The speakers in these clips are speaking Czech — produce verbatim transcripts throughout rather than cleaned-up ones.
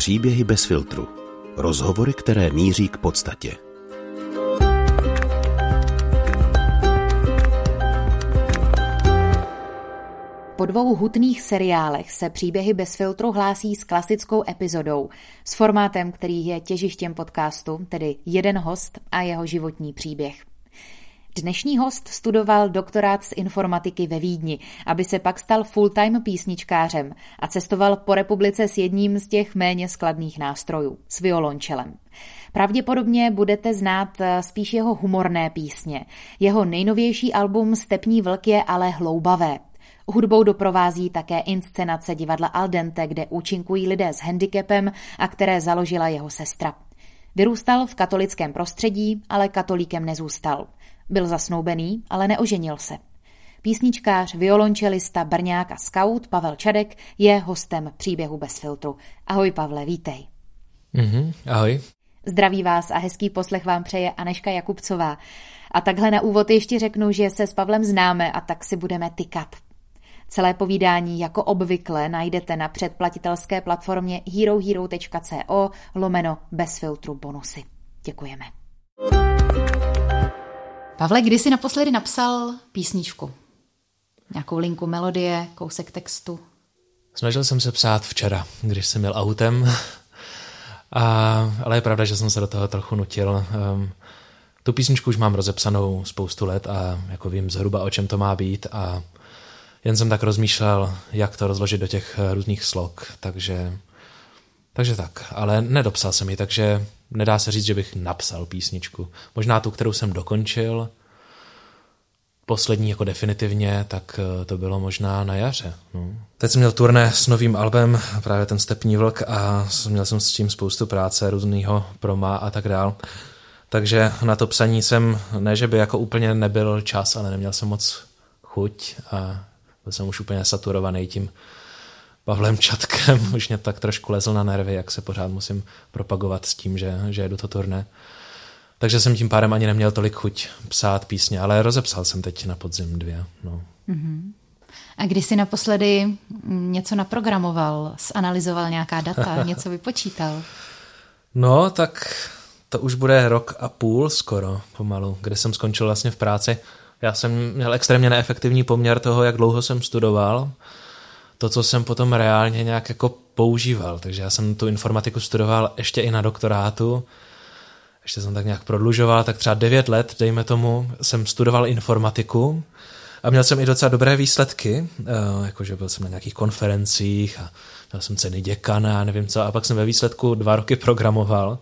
Příběhy bez filtru. Rozhovory, které míří k podstatě. Po dvou hutných seriálech se Příběhy bez filtru hlásí s klasickou epizodou, s formátem, který je těžištěm podcastu, tedy jeden host a jeho životní příběh. Dnešní host studoval doktorát z informatiky ve Vídni, aby se pak stal full-time písničkářem a cestoval po republice s jedním z těch méně skladných nástrojů, s violončelem. Pravděpodobně budete znát spíš jeho humorné písně. Jeho nejnovější album Stepní vlk je ale hloubavé. Hudbou doprovází také inscenace divadla Al dente, kde účinkují lidé s handicapem a které založila jeho sestra. Vyrůstal v katolickém prostředí, ale katolíkem nezůstal. Byl zasnoubený, ale neoženil se. Písničkář, violončelista, brňák a skaut Pavel Čadek je hostem Příběhu bez filtru. Ahoj Pavle, vítej. Mm-hmm, ahoj. Zdraví vás a hezký poslech vám přeje Anežka Jakubcová. A takhle na úvod ještě řeknu, že se s Pavlem známe a tak si budeme tykat. Celé povídání jako obvykle najdete na předplatitelské platformě herohero.co lomeno bez filtru bonusy. Děkujeme. Pavle, kdy jsi naposledy napsal písničku? Nějakou linku melodie, kousek textu? Snažil jsem se psát včera, když jsem jel autem, a, ale je pravda, že jsem se do toho trochu nutil. Um, tu písničku už mám rozepsanou spoustu let a jako vím zhruba, o čem to má být a jen jsem tak rozmýšlel, jak to rozložit do těch různých slok, takže, takže tak. Ale nedopsal jsem ji, takže nedá se říct, že bych napsal písničku. Možná tu, kterou jsem dokončil, poslední jako definitivně, tak to bylo možná na jaře. No. Teď jsem měl turné s novým albem, právě ten Stepní vlk, a měl jsem s tím spoustu práce, různýho proma a tak dál. Takže na to psaní jsem, ne že by jako úplně nebyl čas, ale neměl jsem moc chuť a byl jsem už úplně saturovaný tím Pavlem Čadkem, už mě tak trošku lezl na nervy, jak se pořád musím propagovat s tím, že, že jedu to turné. Takže jsem tím pádem ani neměl tolik chuť psát písně, ale rozepsal jsem teď na podzim dvě. No. Mm-hmm. A když jsi naposledy něco naprogramoval, zanalyzoval nějaká data, něco vypočítal? No, tak to už bude rok a půl skoro pomalu, kde jsem skončil vlastně v práci. Já jsem měl extrémně neefektivní poměr toho, jak dlouho jsem studoval, to, co jsem potom reálně nějak jako používal. Takže já jsem tu informatiku studoval ještě i na doktorátu, ještě jsem tak nějak prodlužoval, tak třeba devět let, dejme tomu, jsem studoval informatiku a měl jsem i docela dobré výsledky, jakože byl jsem na nějakých konferencích a měl jsem ceny děkana a nevím co, a pak jsem ve výsledku dva roky programoval.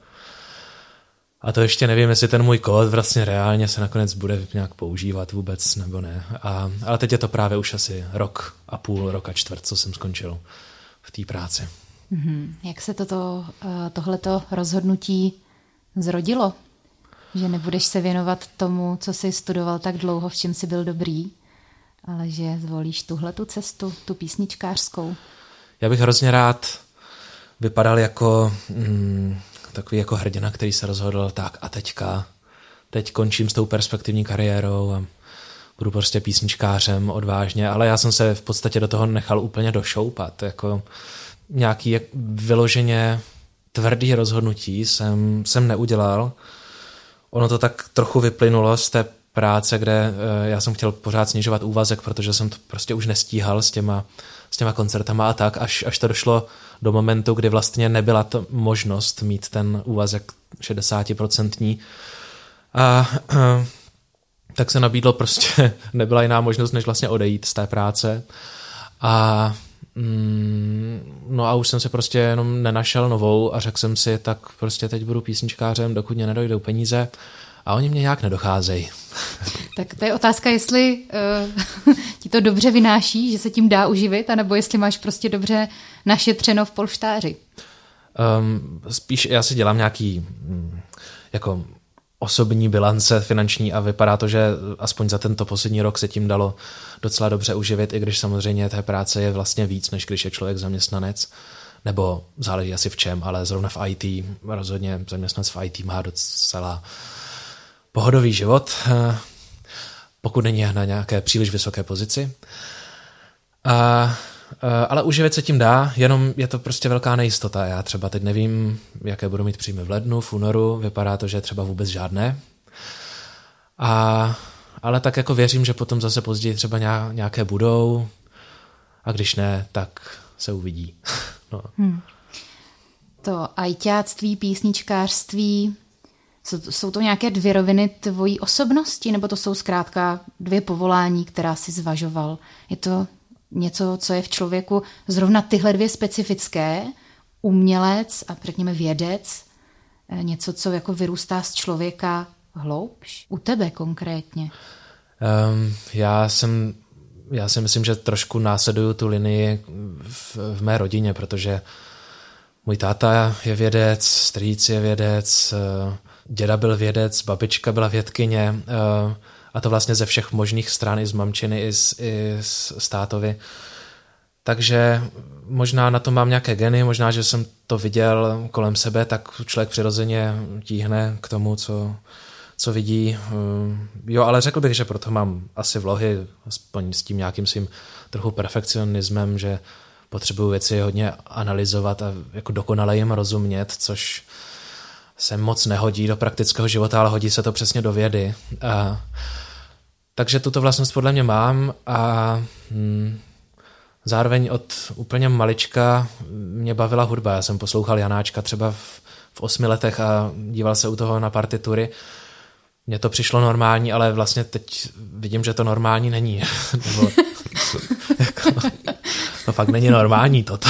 A to ještě nevím, jestli ten můj kód vlastně reálně se nakonec bude nějak používat vůbec, nebo ne. A, ale teď je to právě už asi rok a půl, rok a čtvrt, co jsem skončil v té práci. Mm-hmm. Jak se toto, tohleto rozhodnutí zrodilo? Že nebudeš se věnovat tomu, co jsi studoval tak dlouho, v čem jsi byl dobrý, ale že zvolíš tuhletu cestu, tu písničkářskou? Já bych hrozně rád vypadal jako... Mm, takový jako hrdina, který se rozhodl tak a teďka, teď končím s tou perspektivní kariérou a budu prostě písničkářem odvážně, ale já jsem se v podstatě do toho nechal úplně došoupat, jako nějaký vyloženě tvrdý rozhodnutí jsem, jsem neudělal. Ono to tak trochu vyplynulo z té práce, kde já jsem chtěl pořád snižovat úvazek, protože jsem to prostě už nestíhal s těma, s těma koncertama a tak, až, až to došlo do momentu, kdy vlastně nebyla to možnost mít ten úvazek šedesát procent. A, a tak se nabídlo prostě, nebyla jiná možnost, než vlastně odejít z té práce. A mm, no a už jsem se prostě jenom nenašel novou a řekl jsem si, tak prostě teď budu písničkářem, dokud mě nedojdou peníze. A oni mě nějak nedocházejí. Tak to je otázka, jestli uh, ti to dobře vynáší, že se tím dá uživit, anebo jestli máš prostě dobře našetřeno v polštáři. Um, spíš já si dělám nějaký um, jako osobní bilance finanční a vypadá to, že aspoň za tento poslední rok se tím dalo docela dobře uživit, i když samozřejmě té práce je vlastně víc, než když je člověk zaměstnanec. Nebo záleží asi v čem, ale zrovna v í té, rozhodně zaměstnanec v í té má docela pohodový život, pokud není na nějaké příliš vysoké pozici. A ale uživit se tím dá, jenom je to prostě velká nejistota. Já třeba teď nevím, jaké budu mít příjmy v lednu, v únoru, vypadá to, že třeba vůbec žádné. A, ale tak jako věřím, že potom zase později třeba nějaké budou a když ne, tak se uvidí. No. Hmm. To ajťáctví, písničkářství, jsou, jsou to nějaké dvě roviny tvojí osobnosti, nebo to jsou zkrátka dvě povolání, která si zvažoval? Je to něco, co je v člověku zrovna tyhle dvě specifické, umělec a řekněme vědec, něco, co jako vyrůstá z člověka hloubš? U tebe konkrétně? Um, já jsem, já si myslím, že trošku následuju tu linii v, v mé rodině, protože můj táta je vědec, strýc je vědec, děda byl vědec, babička byla vědkyně, a to vlastně ze všech možných stran, i z mamčiny, i z, i z tátovy. Takže možná na to mám nějaké geny, možná, že jsem to viděl kolem sebe, tak člověk přirozeně tíhne k tomu, co, co vidí. Jo, ale řekl bych, že proto mám asi vlohy, aspoň s tím nějakým svým trochu perfekcionismem, že potřebuju věci hodně analyzovat a jako dokonale jim rozumět, což se moc nehodí do praktického života, ale hodí se to přesně do vědy. A, takže tuto vlastnost podle mě mám a hm, zároveň od úplně malička mě bavila hudba. Já jsem poslouchal Janáčka třeba v, v osmi letech a díval se u toho na partitury. Mně to přišlo normální, ale vlastně teď vidím, že to normální není. Nebo, jako, to fakt není normální toto.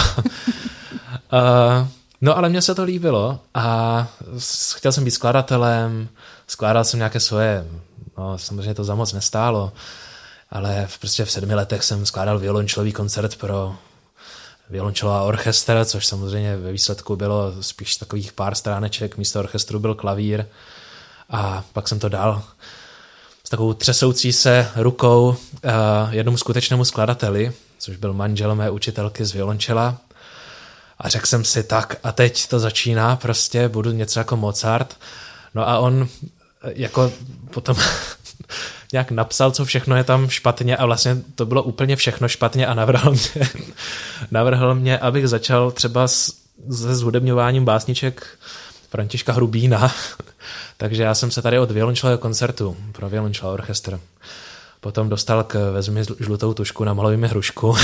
Uh, no ale mně se to líbilo a chtěl jsem být skladatelem, skládal jsem nějaké svoje, no samozřejmě to za moc nestálo, ale v, prostě v sedmi letech jsem skládal violončelový koncert pro violončelo a orchestr, což samozřejmě ve výsledku bylo spíš takových pár stráneček, místo orchestru byl klavír a pak jsem to dal s takovou třesoucí se rukou uh, jednomu skutečnému skladateli, což byl manžel mé učitelky z violončela. A řekl jsem si tak, a teď to začíná, prostě budu něco jako Mozart. No a on jako potom nějak napsal, co všechno je tam špatně a vlastně to bylo úplně všechno špatně a navrhl mě, navrhl mě, abych začal třeba s, se zhudebňováním básniček Františka Hrubína. Takže já jsem se tady od violončelového koncertu pro violončelo a orchestr potom dostal k vezmi žlutou tušku, namaluj mi hrušku.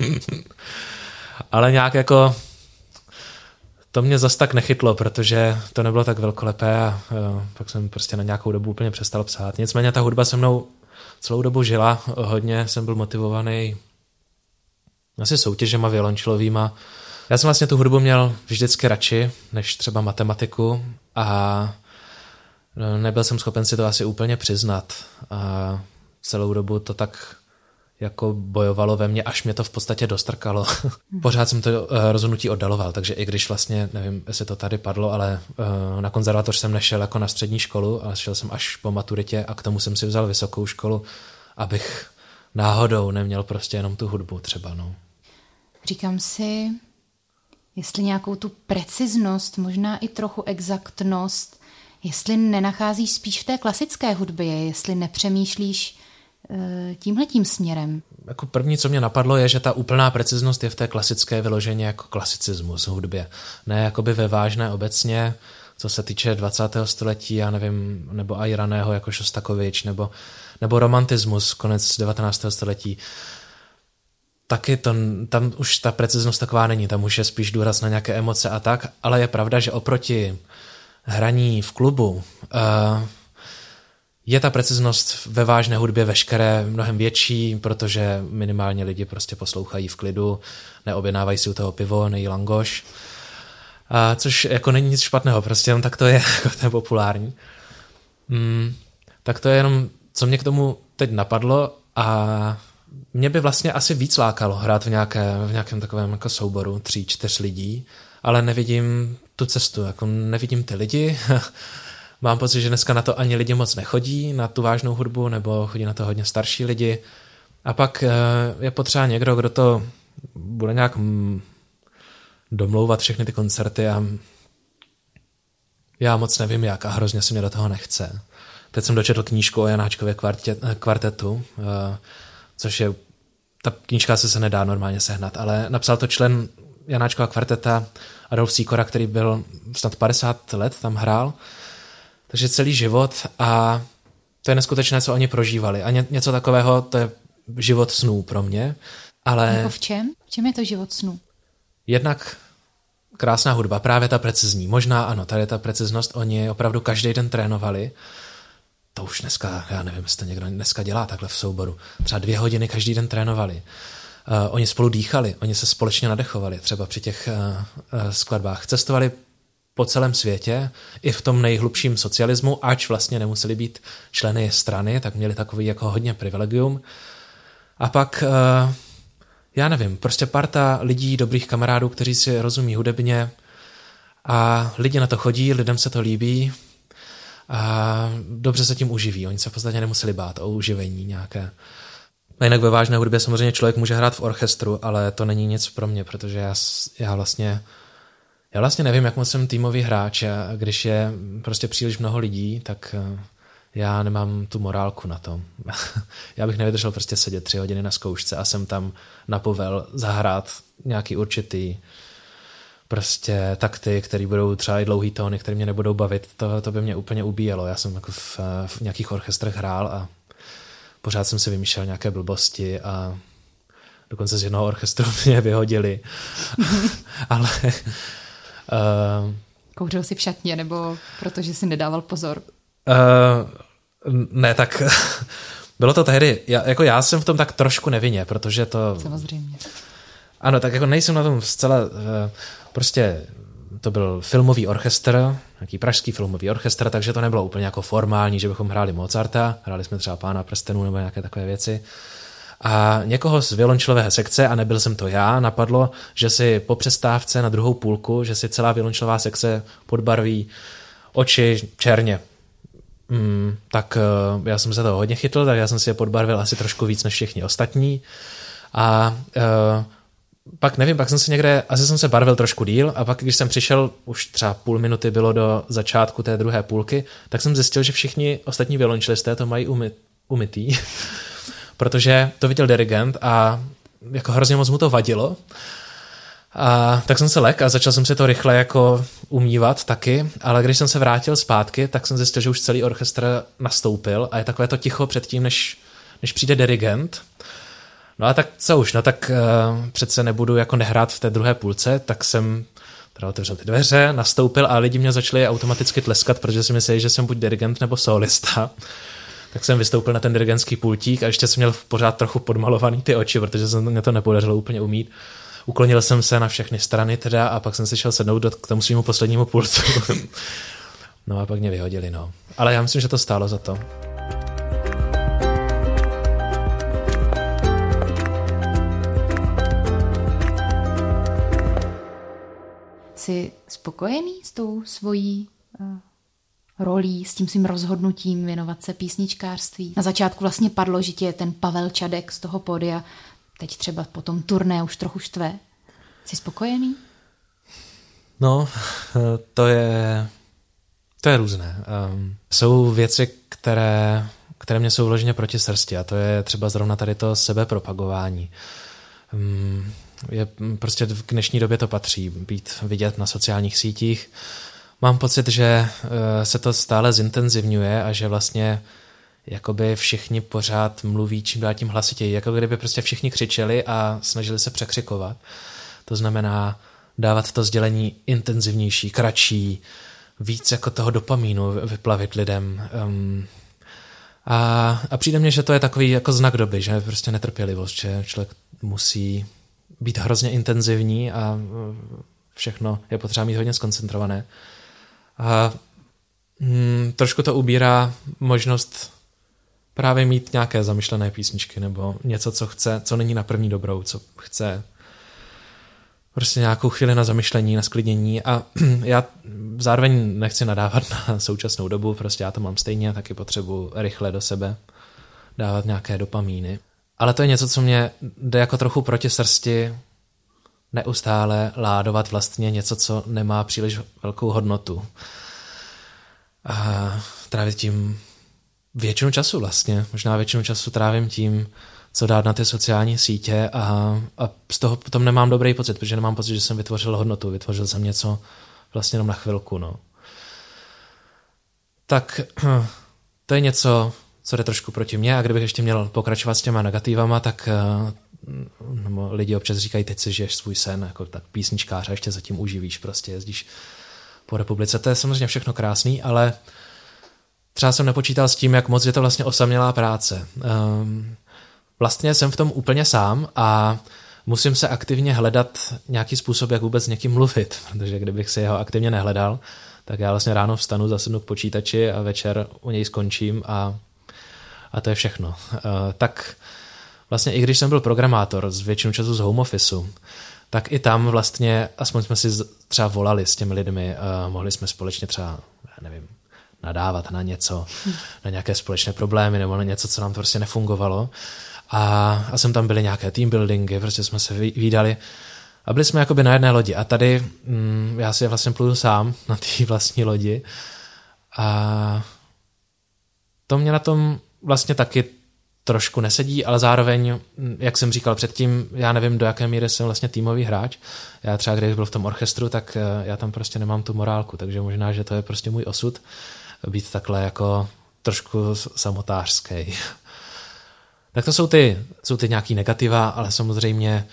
Ale nějak jako to mě zas tak nechytlo, protože to nebylo tak velkolepé a jo, pak jsem prostě na nějakou dobu úplně přestal psát. Nicméně ta hudba se mnou celou dobu žila, hodně jsem byl motivovaný asi soutěžema violončelovýma. Já jsem vlastně tu hudbu měl vždycky radši, než třeba matematiku a nebyl jsem schopen si to asi úplně přiznat a celou dobu to tak jako bojovalo ve mně, až mě to v podstatě dostrkalo. Pořád jsem to rozhodnutí oddaloval, takže i když vlastně, nevím, jestli to tady padlo, ale na konzervatoř jsem nešel jako na střední školu, ale šel jsem až po maturitě a k tomu jsem si vzal vysokou školu, abych náhodou neměl prostě jenom tu hudbu třeba. No. Říkám si, jestli nějakou tu preciznost, možná i trochu exaktnost, jestli nenacházíš spíš v té klasické hudbě, jestli nepřemýšlíš tímhletím směrem. Jako první, co mě napadlo, je, že ta úplná preciznost je v té klasické vyloženě jako klasicismus v hudbě. Ne jakoby ve vážné obecně, co se týče dvacátého století, já nevím, nebo i raného jako Šostakovič, nebo, nebo romantismus, konec devatenáctého století. Taky to, tam už ta preciznost taková není, tam už je spíš důraz na nějaké emoce a tak, ale je pravda, že oproti hraní v klubu uh, je ta preciznost ve vážné hudbě veškeré mnohem větší, protože minimálně lidi prostě poslouchají v klidu, neobjednávají si u toho pivo, nejí langoš, a což jako není nic špatného, prostě jenom tak to je, jako to je populární. Mm, tak to je jenom, co mě k tomu teď napadlo a mě by vlastně asi víc lákalo hrát v, nějaké, v nějakém takovém jako souboru tří, čtyř lidí, ale nevidím tu cestu, jako nevidím ty lidi. Mám pocit, že dneska na to ani lidi moc nechodí, na tu vážnou hudbu, nebo chodí na to hodně starší lidi. A pak je potřeba někdo, kdo to bude nějak domlouvat všechny ty koncerty a já moc nevím jak a hrozně se mě do toho nechce. Teď jsem dočetl knížku o Janáčkově kvartet, kvartetu, což je ta knížka se se nedá normálně sehnat, ale napsal to člen Janáčkova kvarteta Adolf Sýkora, který byl snad padesát let, tam hrál, takže celý život a to je neskutečné, co oni prožívali. A ně, něco takového, to je život snů pro mě. Ale jako v čem? V čem je to život snů? Jednak krásná hudba, právě ta precizní. Možná ano, tady ta preciznost, oni opravdu každý den trénovali. To už dneska, já nevím, jestli to někdo dneska dělá takhle v souboru. Třeba dvě hodiny každý den trénovali. Uh, oni spolu dýchali, oni se společně nadechovali, třeba při těch uh, uh, skladbách. Cestovali po celém světě, i v tom nejhlubším socialismu, ač vlastně nemuseli být členy strany, tak měli takový jako hodně privilegium. A pak, uh, já nevím, prostě parta lidí, dobrých kamarádů, kteří si rozumí hudebně a lidi na to chodí, lidem se to líbí a dobře se tím uživí. Oni se v podstatě nemuseli bát o uživení nějaké. A jinak ve vážné hudbě samozřejmě člověk může hrát v orchestru, ale to není nic pro mě, protože já, já vlastně já vlastně nevím, jak moc jsem týmový hráč a když je prostě příliš mnoho lidí, tak já nemám tu morálku na to. Já bych nevydržel prostě sedět tři hodiny na zkoušce a jsem tam na povel zahrát nějaký určitý prostě takty, které budou třeba i dlouhý tóny, které mě nebudou bavit. To, to by mě úplně ubíjelo. Já jsem jako v, v nějakých orchestrech hrál a pořád jsem si vymýšlel nějaké blbosti a dokonce z jednoho orchestru mě vyhodili. Ale... Uh, Kouřil jsi v šatně, nebo protože jsi nedával pozor? Uh, ne, tak bylo to tehdy, já, jako já jsem v tom tak trošku nevinně, protože to... Samozřejmě. Ano, tak jako nejsem na tom zcela... Uh, prostě to byl filmový orchestr, nějaký pražský filmový orchestr, takže to nebylo úplně jako formální, že bychom hráli Mozarta, hráli jsme třeba Pána prstenů nebo nějaké takové věci. A někoho z violončelové sekce, a nebyl jsem to já, napadlo, že si po přestávce na druhou půlku, že si celá violončelová sekce podbarví oči černě. Mm, tak uh, já jsem se toho hodně chytl, tak já jsem si je podbarvil asi trošku víc než všichni ostatní. A uh, pak nevím, pak jsem se někde, asi jsem se barvil trošku díl a pak, když jsem přišel, už třeba půl minuty bylo do začátku té druhé půlky, tak jsem zjistil, že všichni ostatní violončelisté to mají umy, umytý. Protože to viděl dirigent a jako hrozně moc mu to vadilo. A tak jsem se lek a začal jsem si to rychle jako umývat taky, ale když jsem se vrátil zpátky, tak jsem zjistil, že už celý orchestr nastoupil a je takové to ticho předtím, než, než přijde dirigent. No a tak co už, no tak uh, přece nebudu jako nehrát v té druhé půlce, tak jsem teda otevřel ty dveře, nastoupil a lidi mě začali automaticky tleskat, protože si mysleli, že jsem buď dirigent nebo solista. Tak jsem vystoupil na ten dirigentský pultík a ještě jsem měl pořád trochu podmalovaný ty oči, protože se mě to nepodařilo úplně umít. Uklonil jsem se na všechny strany teda a pak jsem si šel sednout do, k tomu svýmu poslednímu pultu. No a pak mě vyhodili, no. Ale já myslím, že to stálo za to. Jsi spokojený s tou svojí uh, rolí, s tím svým rozhodnutím věnovat se písničkářství? Na začátku vlastně padlo, že tě ten Pavel Čadek z toho pódia teď třeba po tom turné už trochu štve. Jsi spokojený? No, to je, to je různé. Um, jsou věci, které, které mě jsou vloženě proti srsti a to je třeba zrovna tady to sebepropagování. Um, je, prostě v dnešní době to patří být vidět na sociálních sítích. Mám pocit, že uh, se to stále zintenzivňuje a že vlastně jakoby všichni pořád mluví čím dál tím hlasitěji, jako kdyby prostě všichni křičeli a snažili se překřikovat. To znamená dávat to sdělení intenzivnější, kratší, víc jako toho dopamínu vyplavit lidem. Um, a, a přijde mně, že to je takový jako znak doby, že prostě netrpělivost, že člověk musí být hrozně intenzivní a všechno je potřeba mít hodně zkoncentrované. A mm, trošku to ubírá možnost právě mít nějaké zamyšlené písničky nebo něco, co chce, co není na první dobrou, co chce prostě nějakou chvíli na zamyšlení, na sklidnění a já zároveň nechci nadávat na současnou dobu, prostě já to mám stejně, taky potřebuji rychle do sebe dávat nějaké dopamíny. Ale to je něco, co mě jde jako trochu proti srsti, neustále ládovat vlastně něco, co nemá příliš velkou hodnotu. A trávit tím většinu času vlastně. Možná většinu času trávím tím, co dát na ty sociální sítě a, a z toho potom nemám dobrý pocit, protože nemám pocit, že jsem vytvořil hodnotu, vytvořil jsem něco vlastně jenom na chvilku. No. Tak to je něco, co jde trošku proti mně a kdybych ještě měl pokračovat s těma negativama, tak no, lidi občas říkají, teď si žiješ svůj sen, jako tak písničkář a ještě zatím uživíš, prostě jezdíš po republice. To je samozřejmě všechno krásný, ale třeba jsem nepočítal s tím, jak moc je to vlastně osamělá práce. Um, vlastně jsem v tom úplně sám a musím se aktivně hledat nějaký způsob, jak vůbec s někým mluvit, protože kdybych si ho aktivně nehledal, tak já vlastně ráno vstanu, zasednu k počítači a večer u něj skončím a, a to je všechno. Uh, tak vlastně i když jsem byl programátor z většinu času z home officeu, tak i tam vlastně, aspoň jsme si třeba volali s těmi lidmi, uh, mohli jsme společně třeba, já nevím, nadávat na něco, hmm. na nějaké společné problémy nebo na něco, co nám to prostě nefungovalo. A, a jsem tam byli nějaké team buildingy, prostě jsme se vídali a byli jsme jakoby na jedné lodi. A tady mm, já si vlastně pluju sám na té vlastní lodi a to mě na tom vlastně taky trošku nesedí, ale zároveň, jak jsem říkal předtím, já nevím, do jaké míry jsem vlastně týmový hráč. Já třeba, když byl v tom orchestru, tak já tam prostě nemám tu morálku, takže možná, že to je prostě můj osud být takhle jako trošku samotářský. Tak to jsou ty, jsou ty nějaký negativa, ale samozřejmě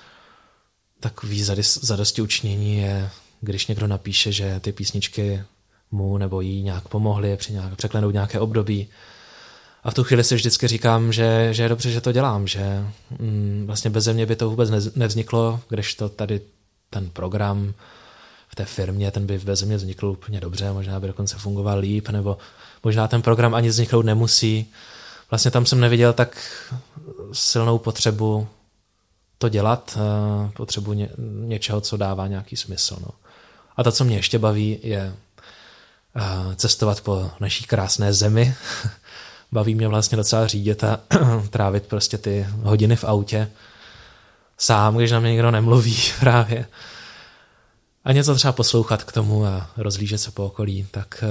takový zadosti učinění je, když někdo napíše, že ty písničky mu nebo jí nějak pomohly při nějak, překlenout nějaké období. A v tu chvíli si vždycky říkám, že, že je dobře, že to dělám, že mm, vlastně bez mě by to vůbec nevzniklo, když to tady ten program v té firmě, ten by bez mě vznikl úplně dobře, možná by dokonce fungoval líp, nebo možná ten program ani vzniknout nemusí. Vlastně tam jsem neviděl tak silnou potřebu to dělat, potřebu ně, něčeho, co dává nějaký smysl. No. A to, co mě ještě baví, je cestovat po naší krásné zemi. Baví mě vlastně docela řídit a trávit prostě ty hodiny v autě sám, když na mě nikdo nemluví právě. A něco třeba poslouchat k tomu a rozlížet se po okolí, tak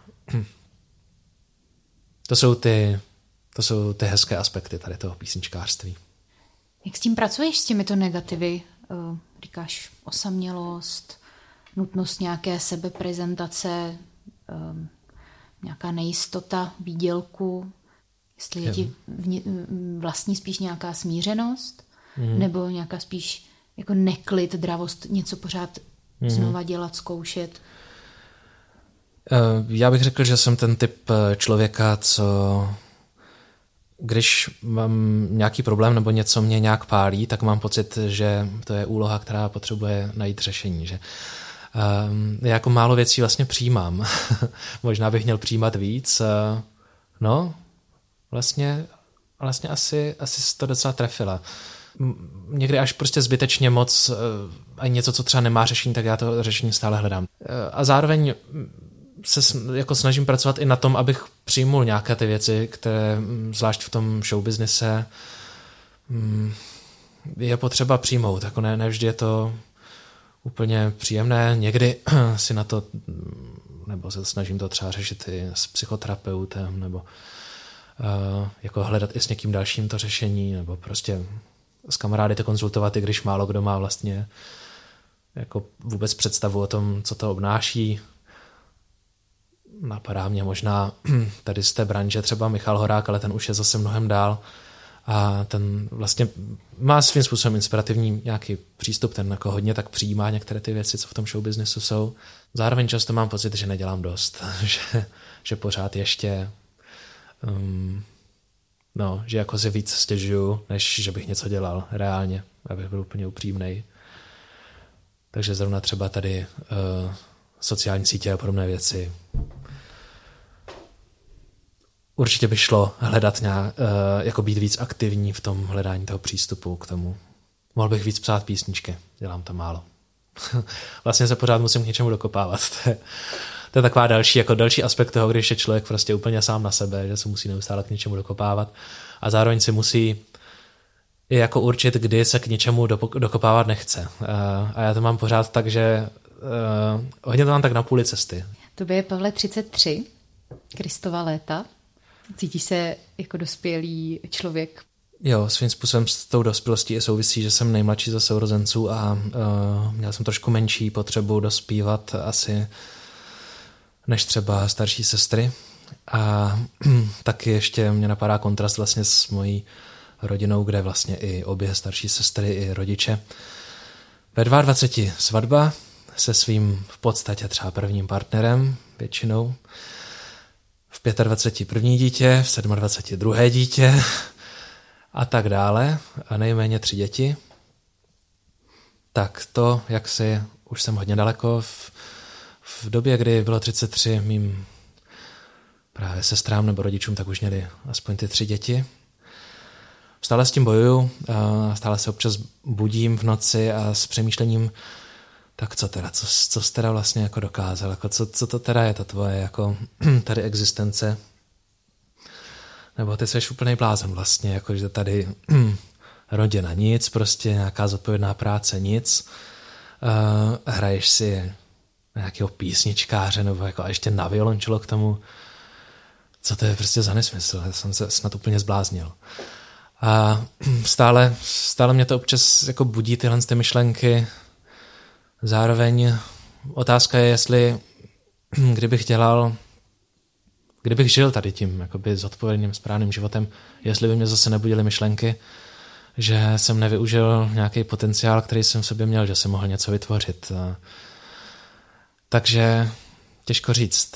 to jsou ty, to jsou ty hezké aspekty tady toho písničkářství. Jak s tím pracuješ, s těmito negativy? Říkáš osamělost, nutnost nějaké sebeprezentace, nějaká nejistota výdělku, jestli je ti vlastní spíš nějaká smířenost, mm. nebo nějaká spíš jako neklid, dravost, něco pořád mm. znova dělat, zkoušet? Já bych řekl, že jsem ten typ člověka, co když mám nějaký problém nebo něco mě nějak pálí, tak mám pocit, že to je úloha, která potřebuje najít řešení, že Um, jako málo věcí vlastně přijímám. Možná bych měl přijímat víc. Uh, no, vlastně, vlastně asi, asi se to docela trefila. Někdy až prostě zbytečně moc uh, a něco, co třeba nemá řešení, tak já to řešení stále hledám. Uh, a zároveň se jako snažím pracovat i na tom, abych přijmul nějaké ty věci, které zvlášť v tom showbiznise um, je potřeba přijmout. Jako ne, nevždy je to úplně příjemné. Někdy si na to, nebo se snažím to třeba řešit i s psychoterapeutem, nebo uh, jako hledat i s někým dalším to řešení, nebo prostě s kamarády to konzultovat, i když málo kdo má vlastně jako vůbec představu o tom, co to obnáší. Napadá mě možná tady z té branže třeba Michal Horák, ale ten už je zase mnohem dál. A ten vlastně má svým způsobem inspirativní nějaký přístup, ten jako hodně tak přijímá některé ty věci, co v tom showbiznesu jsou. Zároveň často mám pocit, že nedělám dost, že, že pořád ještě um, no, že jako si víc stěžuju, než že bych něco dělal reálně, abych byl úplně upřímnej. Takže zrovna třeba tady uh, sociální sítě a podobné věci. Určitě by šlo hledat nějak, uh, jako být víc aktivní v tom hledání toho přístupu k tomu. Mohl bych víc psát písničky, dělám to málo. Vlastně se pořád musím k něčemu dokopávat. To je, to je taková další, jako další aspekt toho, když je člověk prostě úplně sám na sebe, že se musí neustále k něčemu dokopávat a zároveň si musí i jako určit, kdy se k něčemu dokopávat nechce. Uh, a já to mám pořád tak, že uh, hodně to mám tak na půli cesty. Tobě je, Pavle, třicet tři, Kristova léta. Cítíš se jako dospělý člověk Jo, svým způsobem s tou dospělostí je souvisí, že jsem nejmladší ze sourozenců a uh, měl jsem trošku menší potřebu dospívat asi než třeba starší sestry. A taky ještě mě napadá kontrast vlastně s mojí rodinou, kde vlastně i obě starší sestry, i rodiče. Ve dvaceti dvou svatba se svým v podstatě třeba prvním partnerem většinou, v dvaceti pěti první dítě, v dvaceti sedmi druhé dítě a tak dále a nejméně tři děti. Tak to, jak si už jsem hodně daleko, v, v době, kdy bylo třicet tři mým právě sestrám nebo rodičům, tak už měli aspoň ty tři děti. Stále s tím bojuju, stále se občas budím v noci a s přemýšlením, tak co teda, co, co jsi teda vlastně jako dokázal, jako co, co to teda je ta tvoje jako tady existence, nebo ty jsi úplnej blázen vlastně, jako že tady rodina nic, prostě nějaká zodpovědná práce nic, uh, hraješ si nějakého písničkáře nebo jako a ještě na violončelo k tomu, co to je prostě za nesmysl, já jsem se snad úplně zbláznil. A stále, stále mě to občas jako budí tyhle ty myšlenky. Zároveň otázka je, jestli kdybych dělal, kdybych žil tady tím jakoby zodpovědným správným životem, jestli by mě zase nebudily myšlenky, že jsem nevyužil nějaký potenciál, který jsem v sobě měl, že jsem mohl něco vytvořit. Takže těžko říct.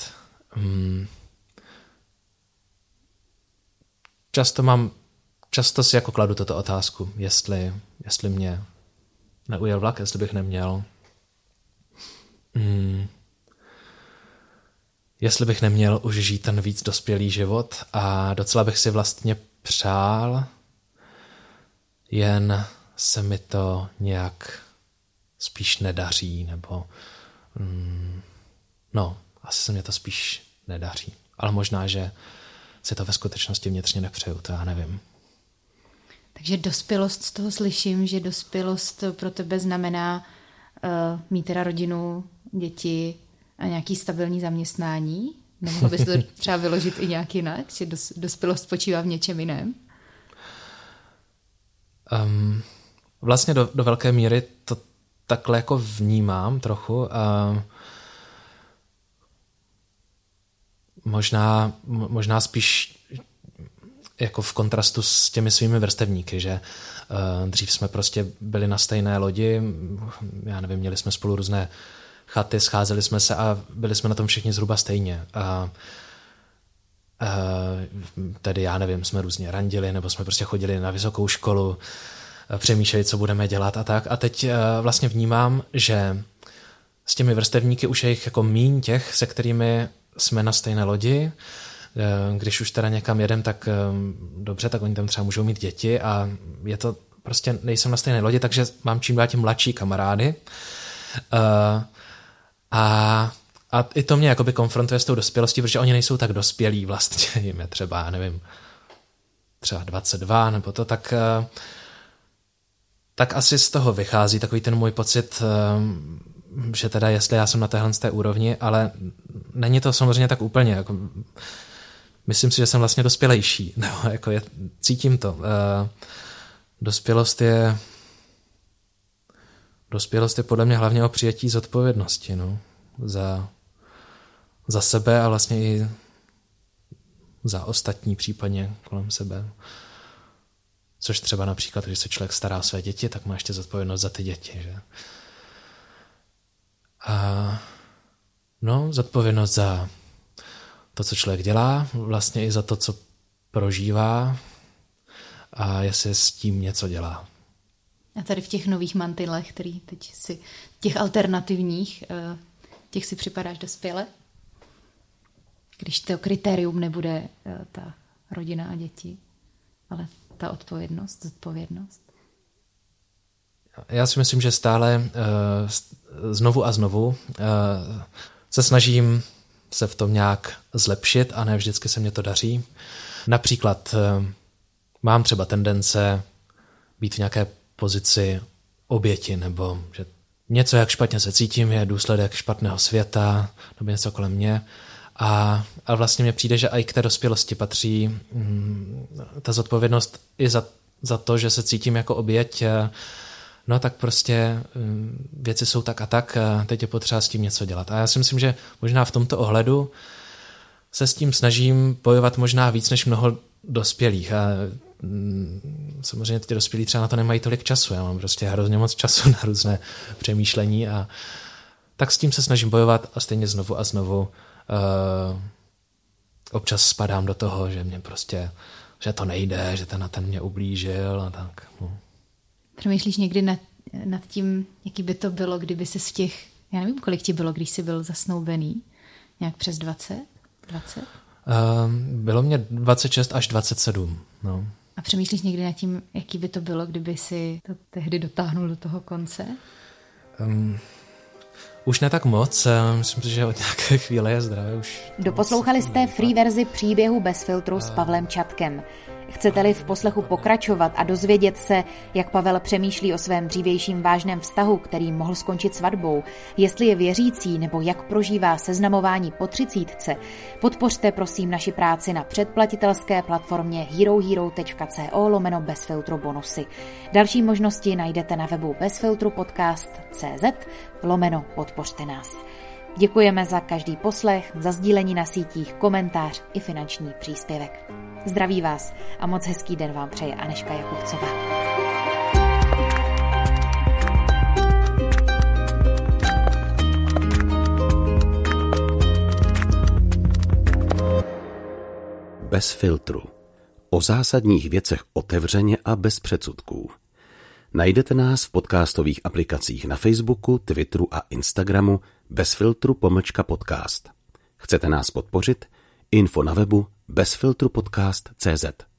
Často mám Často si jako kladu toto otázku, jestli, jestli mě neujel vlak, jestli bych neměl hmm, jestli bych neměl už žít ten víc dospělý život a docela bych si vlastně přál, jen se mi to nějak spíš nedaří, nebo hmm, no, asi se mi to spíš nedaří. Ale možná, že si to ve skutečnosti vnitřně nepřeju, to já nevím. Takže dospělost, z toho slyším, že dospělost pro tebe znamená uh, mít teda rodinu, děti a nějaký stabilní zaměstnání. Nemohlo bys to třeba vyložit i nějak jinak, že dos, dospělost spočívá v něčem jiném? Um, vlastně do, do velké míry to takhle jako vnímám trochu. Uh, možná, možná spíš jako v kontrastu s těmi svými vrstevníky, že uh, dřív jsme prostě byli na stejné lodi, já nevím, měli jsme spolu různé chaty, scházeli jsme se a byli jsme na tom všichni zhruba stejně. A uh, tedy já nevím, jsme různě randili, nebo jsme prostě chodili na vysokou školu, přemýšleli, co budeme dělat a tak. A teď uh, vlastně vnímám, že s těmi vrstevníky už je jich jako míň těch, se kterými jsme na stejné lodi. Když už teda někam jedem, tak dobře, tak oni tam třeba můžou mít děti a je to prostě, nejsem na stejné lodi, takže mám čím dál tím mladší kamarády. A, a i to mě jakoby konfrontuje s tou dospělostí, protože oni nejsou tak dospělí vlastně, jim je třeba, já nevím, třeba dvacet dva nebo to, tak, tak asi z toho vychází takový ten můj pocit, že teda jestli já jsem na téhle z té úrovni, ale není to samozřejmě tak úplně, jako myslím si, že jsem vlastně dospělejší. No, jako je, cítím to. Uh, dospělost je dospělost je podle mě hlavně o přijetí zodpovědnosti, no, za, za sebe a vlastně i za ostatní případně kolem sebe. Což třeba například, když se člověk stará o své děti, tak má ještě zodpovědnost za ty děti, že? A no, zodpovědnost za to, co člověk dělá, vlastně i za to, co prožívá a jestli s tím něco dělá. A tady v těch nových mantinlech, který teď si, těch alternativních, těch si připadáš dospěle? Když to kritérium nebude ta rodina a děti, ale ta odpovědnost, zodpovědnost? Já si myslím, že stále znovu a znovu se snažím se v tom nějak zlepšit a ne vždycky se mě to daří. Například mám třeba tendence být v nějaké pozici oběti, nebo že něco, jak špatně se cítím, je důsledek špatného světa, nebo něco kolem mě. A, a vlastně mně přijde, že i k té dospělosti patří mm, ta zodpovědnost i za za to, že se cítím jako oběť, no tak prostě věci jsou tak a tak, teď je potřeba s tím něco dělat. A já si myslím, že možná v tomto ohledu se s tím snažím bojovat možná víc než mnoho dospělých. A samozřejmě ty dospělí třeba na to nemají tolik času. Já mám prostě hrozně moc času na různé přemýšlení a tak s tím se snažím bojovat a stejně znovu a znovu uh, občas spadám do toho, že mě prostě, že to nejde, že ten a ten mě ublížil a tak. No. Přemýšlíš někdy nad, nad tím, jaký by to bylo, kdyby ses v těch, já nevím, kolik ti bylo, když jsi byl zasnoubený, nějak přes dvacet? dvacet? Uh, bylo mě dvacet šest až dvacet sedm. No. A přemýšlíš někdy nad tím, jaký by to bylo, kdyby si to tehdy dotáhnul do toho konce? Um, už ne tak moc, myslím si, že od nějaké chvíle je zdravé už. Doposlouchali jste free verzi příběhu Bez filtru s Pavlem Čapkem. Chcete-li v poslechu pokračovat a dozvědět se, jak Pavel přemýšlí o svém dřívějším vážném vztahu, který mohl skončit svatbou, jestli je věřící nebo jak prožívá seznamování po třicítce, podpořte prosím naši práci na předplatitelské platformě herohero.co lomeno bezfiltru bonusy. Další možnosti najdete na webu bezfiltrupodcast tečka cé zet lomeno podpořte nás. Děkujeme za každý poslech, za sdílení na sítích, komentář i finanční příspěvek. Zdraví vás a moc hezký den vám přeje Anežka Jakubcová. Bez filtru. O zásadních věcech otevřeně a bez předsudků. Najdete nás v podcastových aplikacích na Facebooku, Twitteru a Instagramu bez filtru pomlčka podcast. Chcete nás podpořit? Info na webu bezfiltrupodcast tečka cé zet.